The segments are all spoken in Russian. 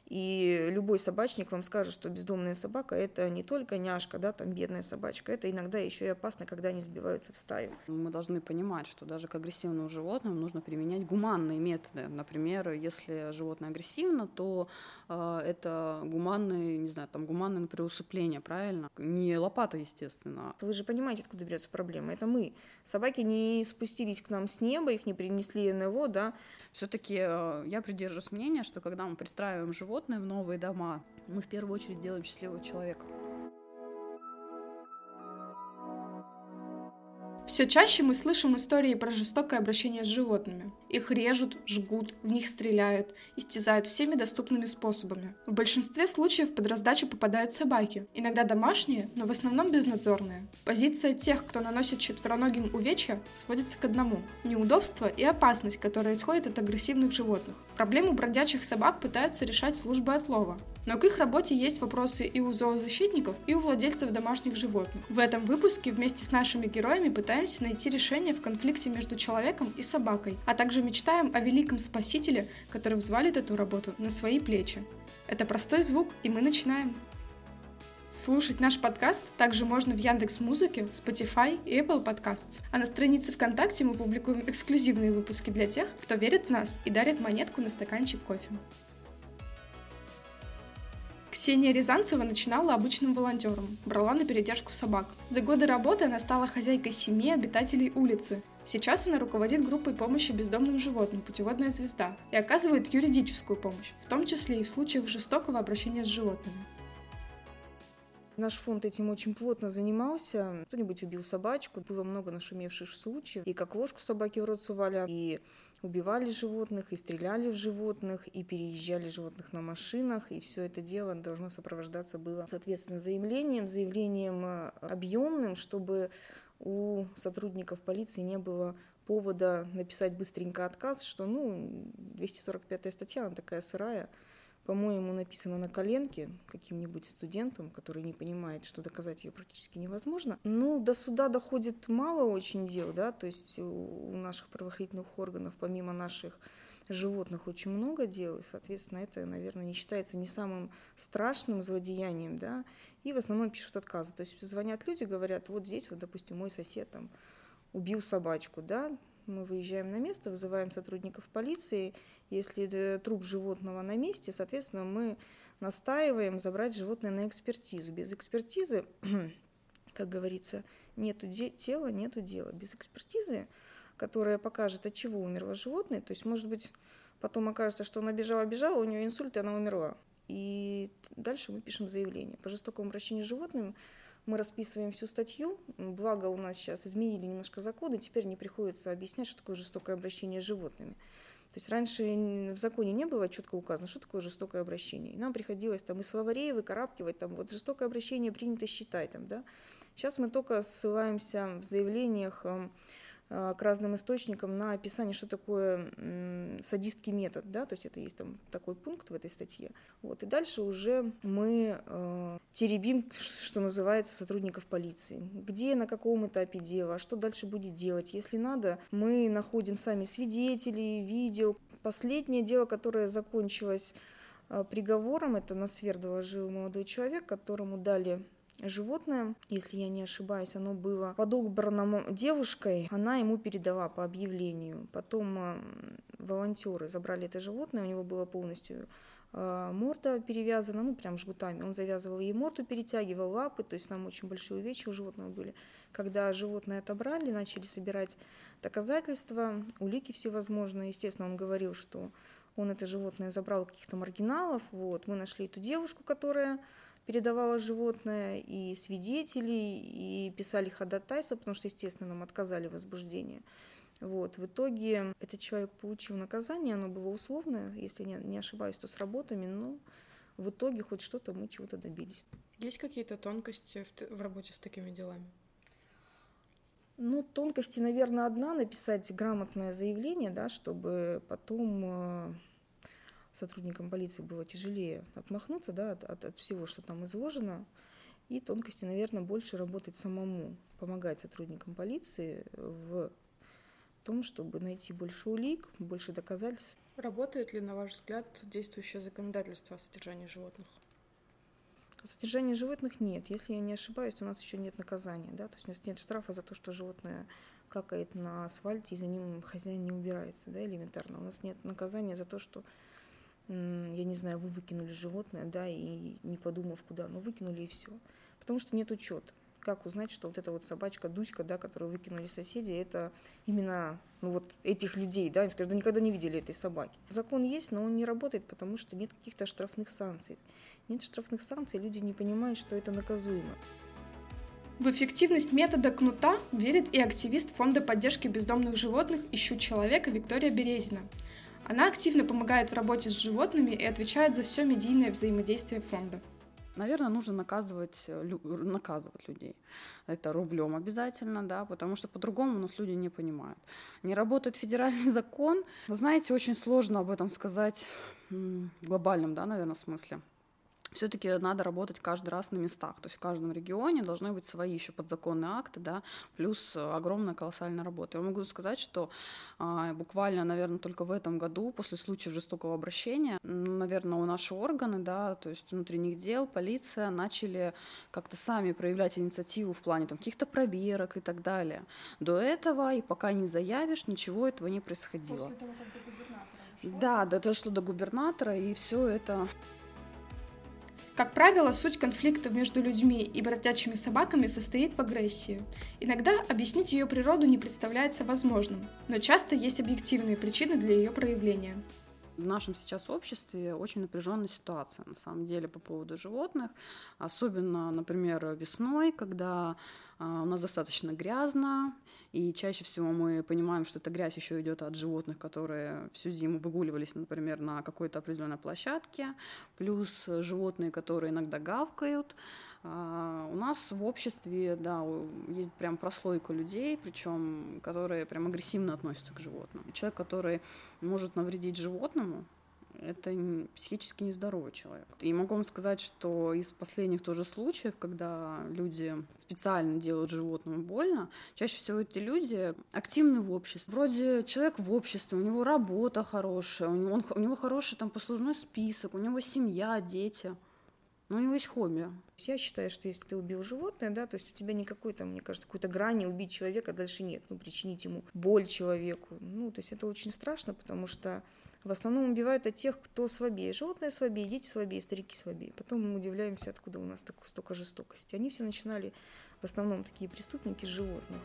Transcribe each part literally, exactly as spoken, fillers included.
И любой собачник вам скажет, что бездомная собака – это не только няшка, да, там бедная собачка, это иногда еще и опасно, когда они сбиваются в стаю. Мы должны понимать, что даже к агрессивным животным нужно применять гуманные методы. Например, если животное агрессивно, то э, это гуманные, не знаю, там гуманное, например, усыпление, правильно? Не лопата, естественно. Вы же понимаете, откуда берется проблема. Это мы. Собаки не спустились к нам с неба, их не принесли эн эл о, да. Все-таки э, я придерживаюсь мнения, что когда мы пристраиваем животное в новые дома, мы в первую очередь делаем счастливого человека. Все чаще мы слышим истории про жестокое обращение с животными. Их режут, жгут, в них стреляют, истязают всеми доступными способами. В большинстве случаев под раздачу попадают собаки, иногда домашние, но в основном безнадзорные. Позиция тех, кто наносит четвероногим увечья, сводится к одному – неудобство и опасность, которая исходит от агрессивных животных. Проблему бродячих собак пытаются решать службы отлова. Но к их работе есть вопросы и у зоозащитников, и у владельцев домашних животных. В этом выпуске вместе с нашими героями пытаемся найти решение в конфликте между человеком и собакой, а также мечтаем о великом спасителе, который взвалит эту работу на свои плечи. Это простой звук, и мы начинаем. Слушать наш подкаст также можно в Яндекс.Музыке, Spotify и Apple Podcasts. А на странице ВКонтакте мы публикуем эксклюзивные выпуски для тех, кто верит в нас и дарит монетку на стаканчик кофе. Ксения Рязанцева начинала обычным волонтером, брала на передержку собак. За годы работы она стала хозяйкой семи обитателей улицы. Сейчас она руководит группой помощи бездомным животным «Путеводная звезда» и оказывает юридическую помощь, в том числе и в случаях жестокого обращения с животными. Наш фонд этим очень плотно занимался. Кто-нибудь убил собачку, было много нашумевших случаев. И как ложку собаки в рот сували, и убивали животных, и стреляли в животных, и переезжали животных на машинах. И все это дело должно сопровождаться было, соответственно, заявлением, заявлением объемным, чтобы у сотрудников полиции не было повода написать быстренько отказ, что, ну, двести сорок пятая статья, она такая сырая, по-моему, написано на коленке каким-нибудь студентом, который не понимает, что доказать ее практически невозможно. Ну, до суда доходит мало очень дел, да, то есть у наших правоохранительных органов, помимо наших животных, очень много дел, и, соответственно, это, наверное, не считается не самым страшным злодеянием, да, и в основном пишут отказы. То есть звонят люди, говорят, вот здесь, вот, допустим, мой сосед там убил собачку, да, мы выезжаем на место, вызываем сотрудников полиции. Если труп животного на месте, соответственно, мы настаиваем забрать животное на экспертизу. Без экспертизы, как говорится, нету де- тела, нету дела. Без экспертизы, которая покажет, от чего умерло животное, то есть, может быть, потом окажется, что она бежала-бежала, у нее инсульт, и она умерла. И дальше мы пишем заявление. По жестокому обращению с животным мы расписываем всю статью, благо у нас сейчас изменили немножко законы, теперь не приходится объяснять, что такое жестокое обращение с животными. То есть раньше в законе не было четко указано, что такое жестокое обращение. И нам приходилось там из словарей выкарабкивать, там вот жестокое обращение принято считать. Там, да. Сейчас мы только ссылаемся в заявлениях к разным источникам на описание, что такое садистский метод, да, то есть это есть там такой пункт в этой статье. Вот, и дальше уже мы э, теребим, что называется, сотрудников полиции. Где, на каком этапе дела, что дальше будет делать. Если надо, мы находим сами свидетелей, видео. Последнее дело, которое закончилось э, приговором, это на Свердлова жил молодой человек, которому дали животное, если я не ошибаюсь, оно было подобрано девушкой, она ему передала по объявлению. Потом э, волонтеры забрали это животное, у него было полностью э, морда перевязана, ну прям жгутами. Он завязывал ей морду, перетягивал лапы, то есть там очень большие увечья у животного были. Когда животное отобрали, начали собирать доказательства, улики всевозможные. Естественно, он говорил, что он это животное забрал у каких-то маргиналов. Вот. Мы нашли эту девушку, которая передавала животное, и свидетелей, и писали ходатайство, потому что, естественно, нам отказали в возбуждении. Вот. В итоге этот человек получил наказание, оно было условное, если я не ошибаюсь, то с работами, но в итоге хоть что-то мы чего-то добились. Есть какие-то тонкости в, в работе с такими делами? Ну, тонкости, наверное, одна, написать грамотное заявление, да, чтобы потом сотрудникам полиции было тяжелее отмахнуться, да, от, от, от всего, что там изложено. И тонкости, наверное, больше работать самому, помогать сотрудникам полиции в в том, чтобы найти больше улик, больше доказательств. Работает ли, на ваш взгляд, действующее законодательство о содержании животных? О содержании животных нет. Если я не ошибаюсь, у нас еще нет наказания, да, то есть у нас нет штрафа за то, что животное какает на асфальте, и за ним хозяин не убирается, да, элементарно. У нас нет наказания за то, что, я не знаю, вы выкинули животное, да, и не подумав куда, но выкинули и все. Потому что нет учета. Как узнать, что вот эта вот собачка Дуська, да, которую выкинули соседи, это именно, ну, вот этих людей, да, они скажут, да никогда не видели этой собаки. Закон есть, но он не работает, потому что нет каких-то штрафных санкций. Нет штрафных санкций, люди не понимают, что это наказуемо. В эффективность метода кнута верит и активист Фонда поддержки бездомных животных «Ищу человека» Виктория Березина. Она активно помогает в работе с животными и отвечает за все медийное взаимодействие фонда. Наверное, нужно наказывать, наказывать людей. Это рублем обязательно, да, потому что по-другому у нас люди не понимают. Не работает федеральный закон. Вы знаете, очень сложно об этом сказать в глобальном, да, наверное, смысле. Все-таки надо работать каждый раз на местах, то есть в каждом регионе должны быть свои еще подзаконные акты, да, плюс огромная колоссальная работа. Я могу сказать, что а, буквально, наверное, только в этом году, после случаев жестокого обращения, наверное, у наши органы, да, то есть внутренних дел, полиция начали как-то сами проявлять инициативу в плане там, каких-то проверок и так далее. До этого, и пока не заявишь, ничего этого не происходило. После того, как до губернатора дошло? Да, да, дошло до губернатора, и все это... Как правило, суть конфликтов между людьми и бродячими собаками состоит в агрессии. Иногда объяснить ее природу не представляется возможным, но часто есть объективные причины для ее проявления. В нашем сейчас обществе очень напряженная ситуация, на самом деле, по поводу животных, особенно, например, весной, когда а, у нас достаточно грязно, и чаще всего мы понимаем, что эта грязь еще идет от животных, которые всю зиму выгуливались, например, на какой-то определенной площадке, плюс животные, которые иногда гавкают. Uh, у нас в обществе, да, есть прям прослойка людей, причем, которые прям агрессивно относятся к животным. Человек, который может навредить животному, это психически нездоровый человек. И могу вам сказать, что из последних тоже случаев, когда люди специально делают животному больно, чаще всего эти люди активны в обществе. Вроде человек в обществе, у него работа хорошая, у него, он, у него хороший там послужной список, у него семья, дети. Но у него есть хобби. Я считаю, что если ты убил животное, да, то есть у тебя никакой там, мне кажется, какой-то грани убить человека дальше нет, ну, причинить ему боль человеку. Ну, то есть это очень страшно, потому что в основном убивают от тех, кто слабее. Животные слабее, дети слабее, старики слабее. Потом мы удивляемся, откуда у нас так, столько жестокости. Они все начинали, в основном, такие преступники с животных.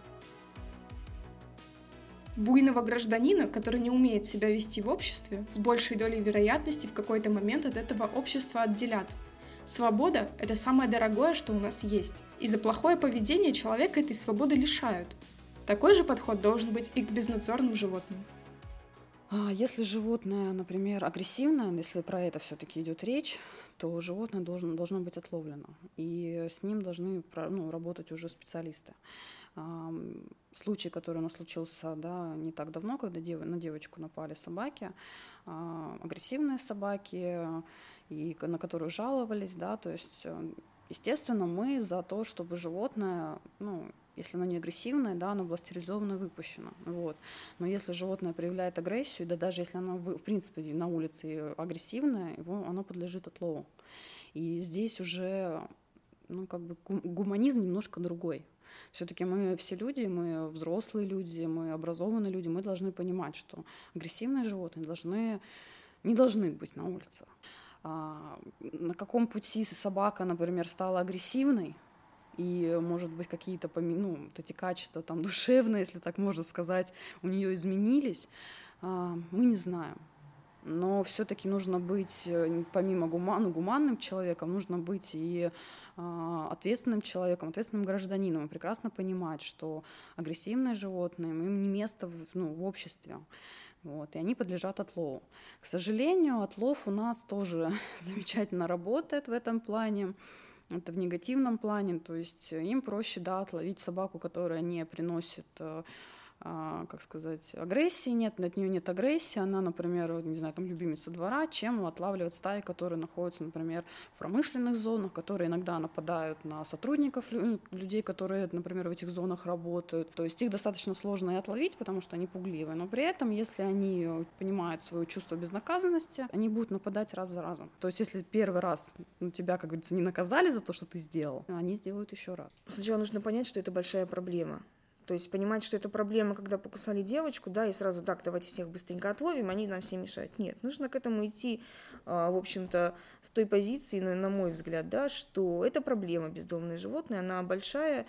Буйного гражданина, который не умеет себя вести в обществе, с большей долей вероятности в какой-то момент от этого общества отделят. Свобода – это самое дорогое, что у нас есть. И за плохое поведение человека этой свободы лишают. Такой же подход должен быть и к безнадзорным животным. Если животное, например, агрессивное, если про это все-таки идет речь, то животное должно, должно быть отловлено. И с ним должны ну, работать уже специалисты. Случай, который у нас случился, да, не так давно, когда дев... на девочку напали собаки, агрессивные собаки, и на которую жаловались, да, то есть, естественно, мы за то, чтобы животное, ну, если оно не агрессивное, да, оно было стерилизовано и выпущено, вот. Но если животное проявляет агрессию, да даже если оно, в принципе, на улице агрессивное, его, оно подлежит отлову. И здесь уже, ну, как бы гуманизм немножко другой. Все-таки мы все люди, мы взрослые люди, мы образованные люди, мы должны понимать, что агрессивные животные должны, не должны быть на улице. А на каком пути собака, например, стала агрессивной, и, может быть, какие-то, ну, вот эти качества там, душевные, если так можно сказать, у нее изменились, мы не знаем. Но все-таки нужно быть, помимо гуман, гуманным человеком, нужно быть и ответственным человеком, ответственным гражданином, и прекрасно понимать, что агрессивные животные, им не место в, ну, в обществе. Вот, и они подлежат отлову. К сожалению, отлов у нас тоже замечательно работает в этом плане. Это в негативном плане, то есть им проще, да, отловить собаку, которая не приносит как сказать, агрессии нет, от нее нет агрессии, она, например, не знаю, там любимица двора, чем отлавливать стаи, которые находятся, например, в промышленных зонах, которые иногда нападают на сотрудников, людей, которые, например, в этих зонах работают. То есть их достаточно сложно и отловить, потому что они пугливые, но при этом, если они понимают свое чувство безнаказанности, они будут нападать раз за разом. То есть если первый раз ну, тебя, как говорится, не наказали за то, что ты сделал, они сделают еще раз. Сначала нужно понять, что это большая проблема. То есть понимать, что это проблема, когда покусали девочку, да, и сразу так, давайте всех быстренько отловим, они нам все мешают. Нет, нужно к этому идти, в общем-то, с той позиции, на мой взгляд, да, что это проблема, бездомные животные, она большая,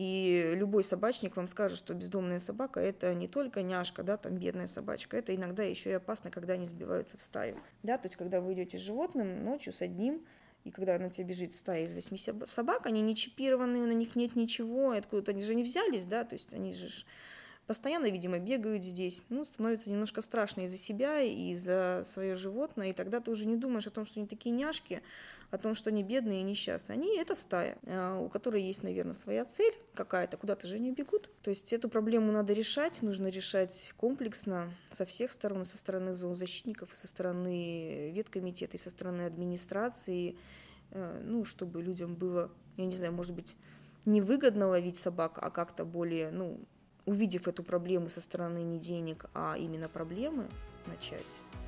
и любой собачник вам скажет, что бездомная собака – это не только няшка, да, там бедная собачка, это иногда еще и опасно, когда они сбиваются в стаю, да, то есть когда вы идете с животным ночью с одним, и когда на тебя бежит стая из восьми собак, они не чипированы, на них нет ничего, откуда-то они же не взялись, да, то есть они же постоянно, видимо, бегают здесь, ну, становится немножко страшно и за себя, и за свое животное, и тогда ты уже не думаешь о том, что они такие няшки, о том, что они бедные и несчастные. Они — это стая, у которой есть, наверное, своя цель какая-то, куда-то же они бегут. То есть эту проблему надо решать, нужно решать комплексно со всех сторон, со стороны зоозащитников, и со стороны веткомитета, и со стороны администрации, ну, чтобы людям было, я не знаю, может быть, невыгодно ловить собак, а как-то более, ну, увидев эту проблему со стороны не денег, а именно проблемы, начать.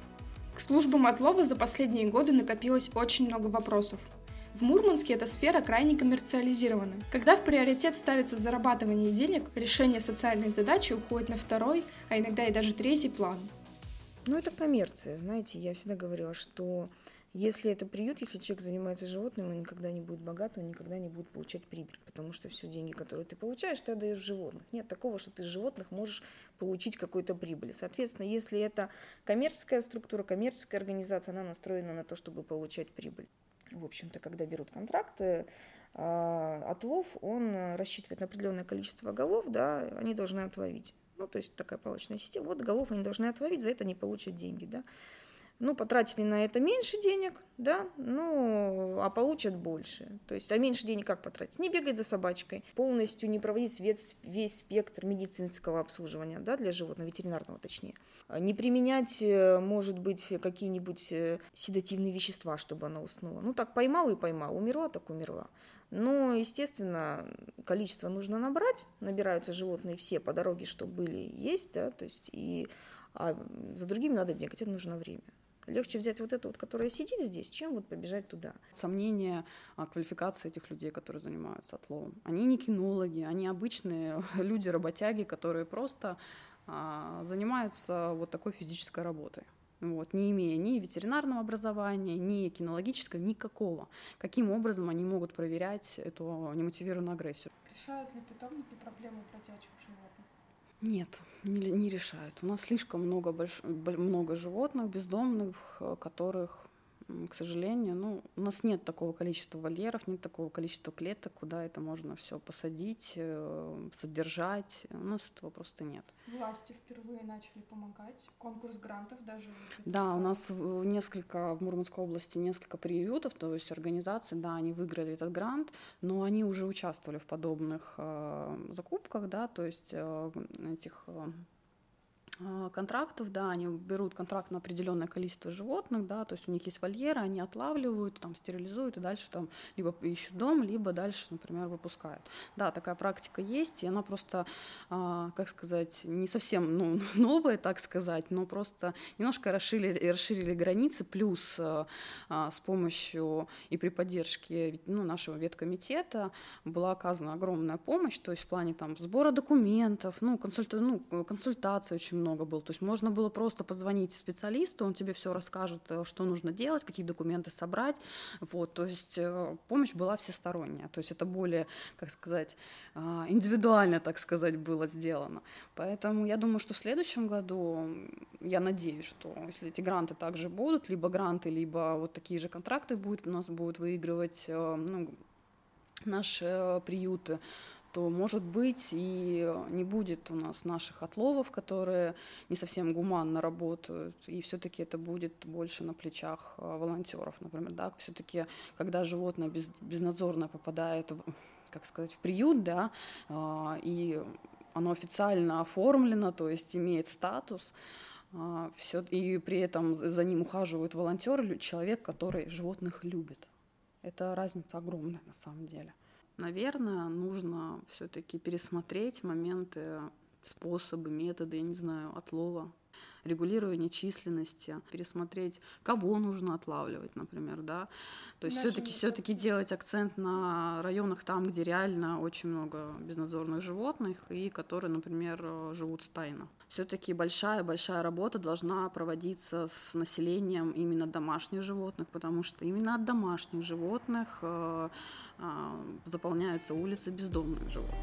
К службам отлова за последние годы накопилось очень много вопросов. В Мурманске эта сфера крайне коммерциализирована. Когда в приоритет ставится зарабатывание денег, решение социальной задачи уходит на второй, а иногда и даже третий план. Ну, это коммерция, знаете, я всегда говорила, что если это приют, если человек занимается животным, он никогда не будет богат, он никогда не будет получать прибыль, потому что все деньги, которые ты получаешь, ты отдаешь животных. Нет такого, что ты из животных можешь получить какую-то прибыль. Соответственно, если это коммерческая структура, коммерческая организация, она настроена на то, чтобы получать прибыль. В общем-то, когда берут контракты, отлов, он рассчитывает на определенное количество голов, да, они должны отловить. Ну, то есть такая палочная система. Вот голов они должны отловить, за это они получат деньги, да. Ну, потратили на это меньше денег, да, ну, а получат больше. То есть, а меньше денег как потратить? Не бегать за собачкой, полностью не проводить весь, весь спектр медицинского обслуживания, да, для животного, ветеринарного точнее. Не применять, может быть, какие-нибудь седативные вещества, чтобы она уснула. Ну, так поймал и поймал, умерла, так умерла. Но, естественно, количество нужно набрать, набираются животные все по дороге, что были, есть, да, то есть, и а за другими надо бегать, это нужно время. Легче взять вот эту вот, которая сидит здесь, чем вот побежать туда. Сомнения о квалификации этих людей, которые занимаются отловом. Они не кинологи, они обычные люди-работяги, которые просто а, занимаются вот такой физической работой. Вот, не имея ни ветеринарного образования, ни кинологического, никакого. Каким образом они могут проверять эту немотивированную агрессию? Решают ли питомники проблемы бродячих животных? Нет, не, не решают. У нас слишком много, больш... много животных, бездомных, которых, к сожалению, ну, у нас нет такого количества вольеров, нет такого количества клеток, куда это можно все посадить, содержать. У нас этого просто нет. Власти впервые начали помогать. Конкурс грантов даже. Да, у нас несколько, в Мурманской области несколько приютов, то есть организаций, да, они выиграли этот грант, но они уже участвовали в подобных э, закупках, да, то есть э, этих э, контрактов, да, они берут контракт на определенное количество животных, да, то есть у них есть вольеры, они отлавливают, там, стерилизуют и дальше там либо ищут дом, либо дальше, например, выпускают. Да, такая практика есть, и она просто, а, как сказать, не совсем ну, новая, так сказать, но просто немножко расширили, расширили границы, плюс а, с помощью и при поддержке ну, нашего веткомитета была оказана огромная помощь, то есть в плане там сбора документов, ну, консульта, ну, консультаций очень много было. То есть можно было просто позвонить специалисту, он тебе все расскажет, что нужно делать, какие документы собрать. Вот, то есть помощь была всесторонняя. То есть это более, как сказать, индивидуально, так сказать, было сделано. Поэтому я думаю, что в следующем году, я надеюсь, что если эти гранты также будут, либо гранты, либо вот такие же контракты будут, у нас будут выигрывать ну, наши приюты, то, может быть, и не будет у нас наших отловов, которые не совсем гуманно работают, и все-таки это будет больше на плечах волонтеров, например, да, все-таки, когда животное без, безнадзорно попадает, в, как сказать, в приют, да, и оно официально оформлено, то есть имеет статус, все, и при этом за ним ухаживают волонтеры, человек, который животных любит. Это разница огромная на самом деле. Наверное, нужно все-таки пересмотреть моменты, способы, методы, я не знаю, отлова, регулирования численности, пересмотреть, кого нужно отлавливать, например, да. То есть все-таки все-таки делать акцент на районах там, где реально очень много безнадзорных животных и которые, например, живут стайно. Все-таки большая-большая работа должна проводиться с населением именно домашних животных, потому что именно от домашних животных э, э, заполняются улицы бездомных животных.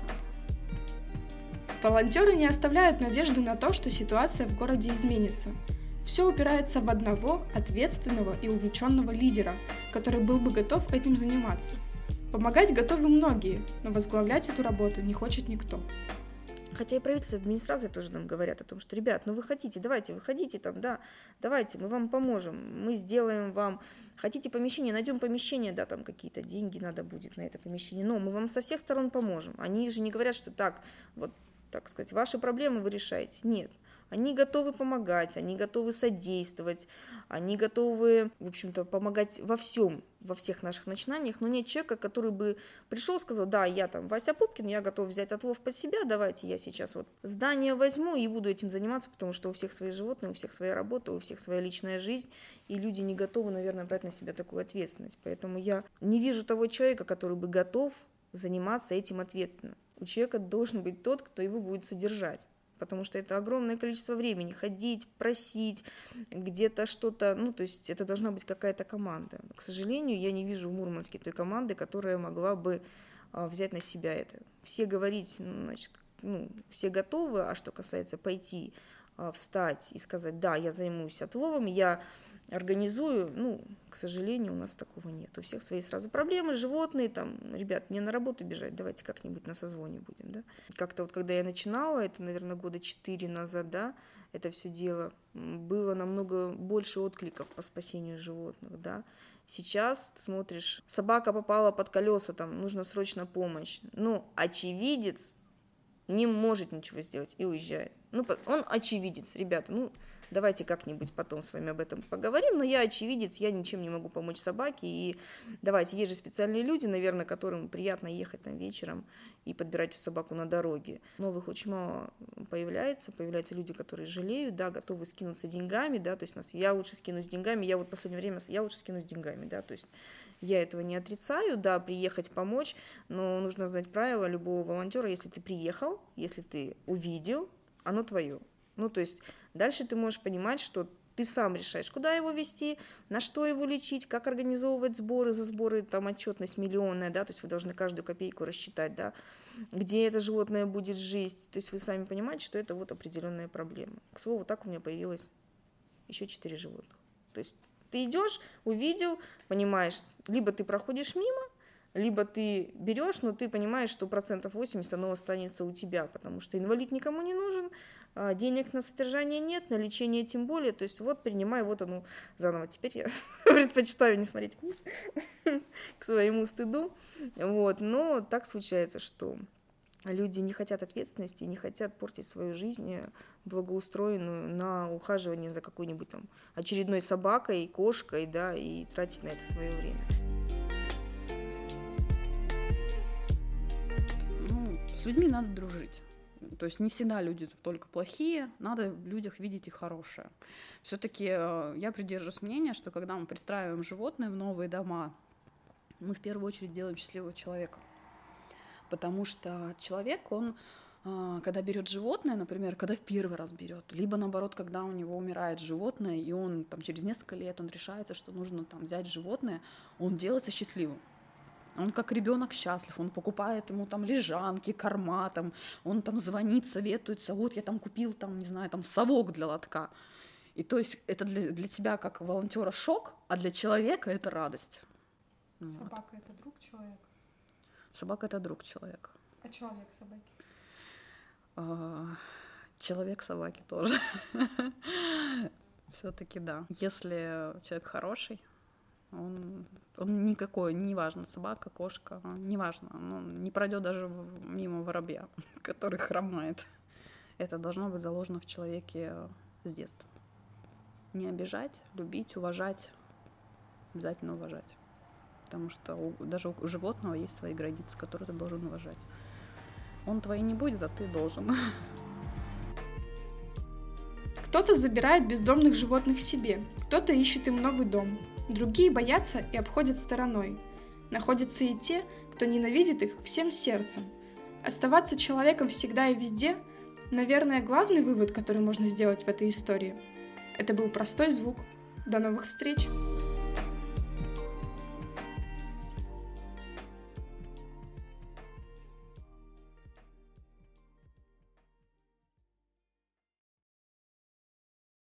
Волонтеры не оставляют надежды на то, что ситуация в городе изменится. Все упирается в одного ответственного и увлеченного лидера, который был бы готов этим заниматься. Помогать готовы многие, но возглавлять эту работу не хочет никто. Хотя и правительство, и администрация тоже нам говорят о том, что, ребят, ну вы хотите, давайте, выходите там, да, давайте, мы вам поможем, мы сделаем вам, хотите помещение, найдем помещение, да, там какие-то деньги надо будет на это помещение, но мы вам со всех сторон поможем. Они же не говорят, что так, вот, так сказать, ваши проблемы вы решаете. Нет. Они готовы помогать, они готовы содействовать, они готовы, в общем-то, помогать во всем, во всех наших начинаниях, но нет человека, который бы пришел и сказал, да, я там Вася Пупкин, я готов взять отлов под себя, давайте я сейчас вот здание возьму и буду этим заниматься, потому что у всех свои животные, у всех своя работа, у всех своя личная жизнь, и люди не готовы, наверное, брать на себя такую ответственность. Поэтому я не вижу того человека, который бы готов заниматься этим ответственно. У человека должен быть тот, кто его будет содержать, потому что это огромное количество времени, ходить, просить, где-то что-то, ну, то есть это должна быть какая-то команда. К сожалению, я не вижу в Мурманске той команды, которая могла бы а, взять на себя это. Все говорить, значит, ну, все готовы, а что касается пойти, а, встать и сказать, да, я займусь отловом, я организую, ну, к сожалению, у нас такого нет. У всех свои сразу проблемы, животные, там, ребят, мне на работу бежать, давайте как-нибудь на созвоне будем, да. Как-то вот, когда я начинала, это, наверное, года четыре назад, да, это все дело, было намного больше откликов по спасению животных, да. Сейчас смотришь, собака попала под колеса, там, нужна срочно помощь, но очевидец не может ничего сделать и уезжает. Ну, он очевидец, ребята, ну, давайте как-нибудь потом с вами об этом поговорим, но я очевидец, я ничем не могу помочь собаке, и давайте, есть же специальные люди, наверное, которым приятно ехать там вечером и подбирать собаку на дороге. Новых очень мало появляется, появляются люди, которые жалеют, да, готовы скинуться деньгами, да, то есть у нас, я лучше скинусь деньгами, я вот в последнее время, я лучше скинусь деньгами, да, то есть я этого не отрицаю, да, приехать помочь, но нужно знать правила любого волонтера, если ты приехал, если ты увидел, оно твое. Ну, то есть дальше ты можешь понимать, что ты сам решаешь, куда его везти, на что его лечить, как организовывать сборы, за сборы, там отчетность миллионная, да, то есть вы должны каждую копейку рассчитать, да, где это животное будет жить, то есть вы сами понимаете, что это вот определенная проблема. К слову, так у меня появилось еще четыре животных. То есть ты идешь, увидел, понимаешь, либо ты проходишь мимо, либо ты берешь, но ты понимаешь, что процентов восемьдесят оно останется у тебя, потому что инвалид никому не нужен, денег на содержание нет, на лечение тем более, то есть вот принимай, вот оно заново. Теперь я предпочитаю не смотреть вниз к своему стыду, вот, но так случается, что люди не хотят ответственности, не хотят портить свою жизнь благоустроенную на ухаживание за какой-нибудь там очередной собакой, кошкой, да, и тратить на это свое время. С людьми надо дружить. То есть не всегда люди только плохие, надо в людях видеть и хорошее. Все-таки я придерживаюсь мнения, что когда мы пристраиваем животное в новые дома, мы в первую очередь делаем счастливого человека. Потому что человек, он, когда берет животное, например, когда в первый раз берет, либо наоборот, когда у него умирает животное, и он там, через несколько лет он решается, что нужно там, взять животное, он делается счастливым. Он как ребенок счастлив, он покупает ему там лежанки, корма, там, он там звонит, советуется, вот я там купил там, не знаю, там совок для лотка. И то есть это для, для тебя как волонтера шок, а для человека это радость. Собака вот. Это друг человека? Собака это друг человека. А человек собаки? А, человек собаки тоже. Все-таки да. Если человек хороший, он Он никакой, неважно, собака, кошка, неважно. Он не пройдет даже мимо воробья, который хромает. Это должно быть заложено в человеке с детства. Не обижать, любить, уважать, обязательно уважать. Потому что у, даже у животного есть свои границы, которые ты должен уважать. Он твои не будет, а ты должен. Кто-то забирает бездомных животных себе, кто-то ищет им новый дом. Другие боятся и обходят стороной. Находятся и те, кто ненавидит их всем сердцем. Оставаться человеком всегда и везде, наверное, главный вывод, который можно сделать в этой истории. Это был простой звук. До новых встреч!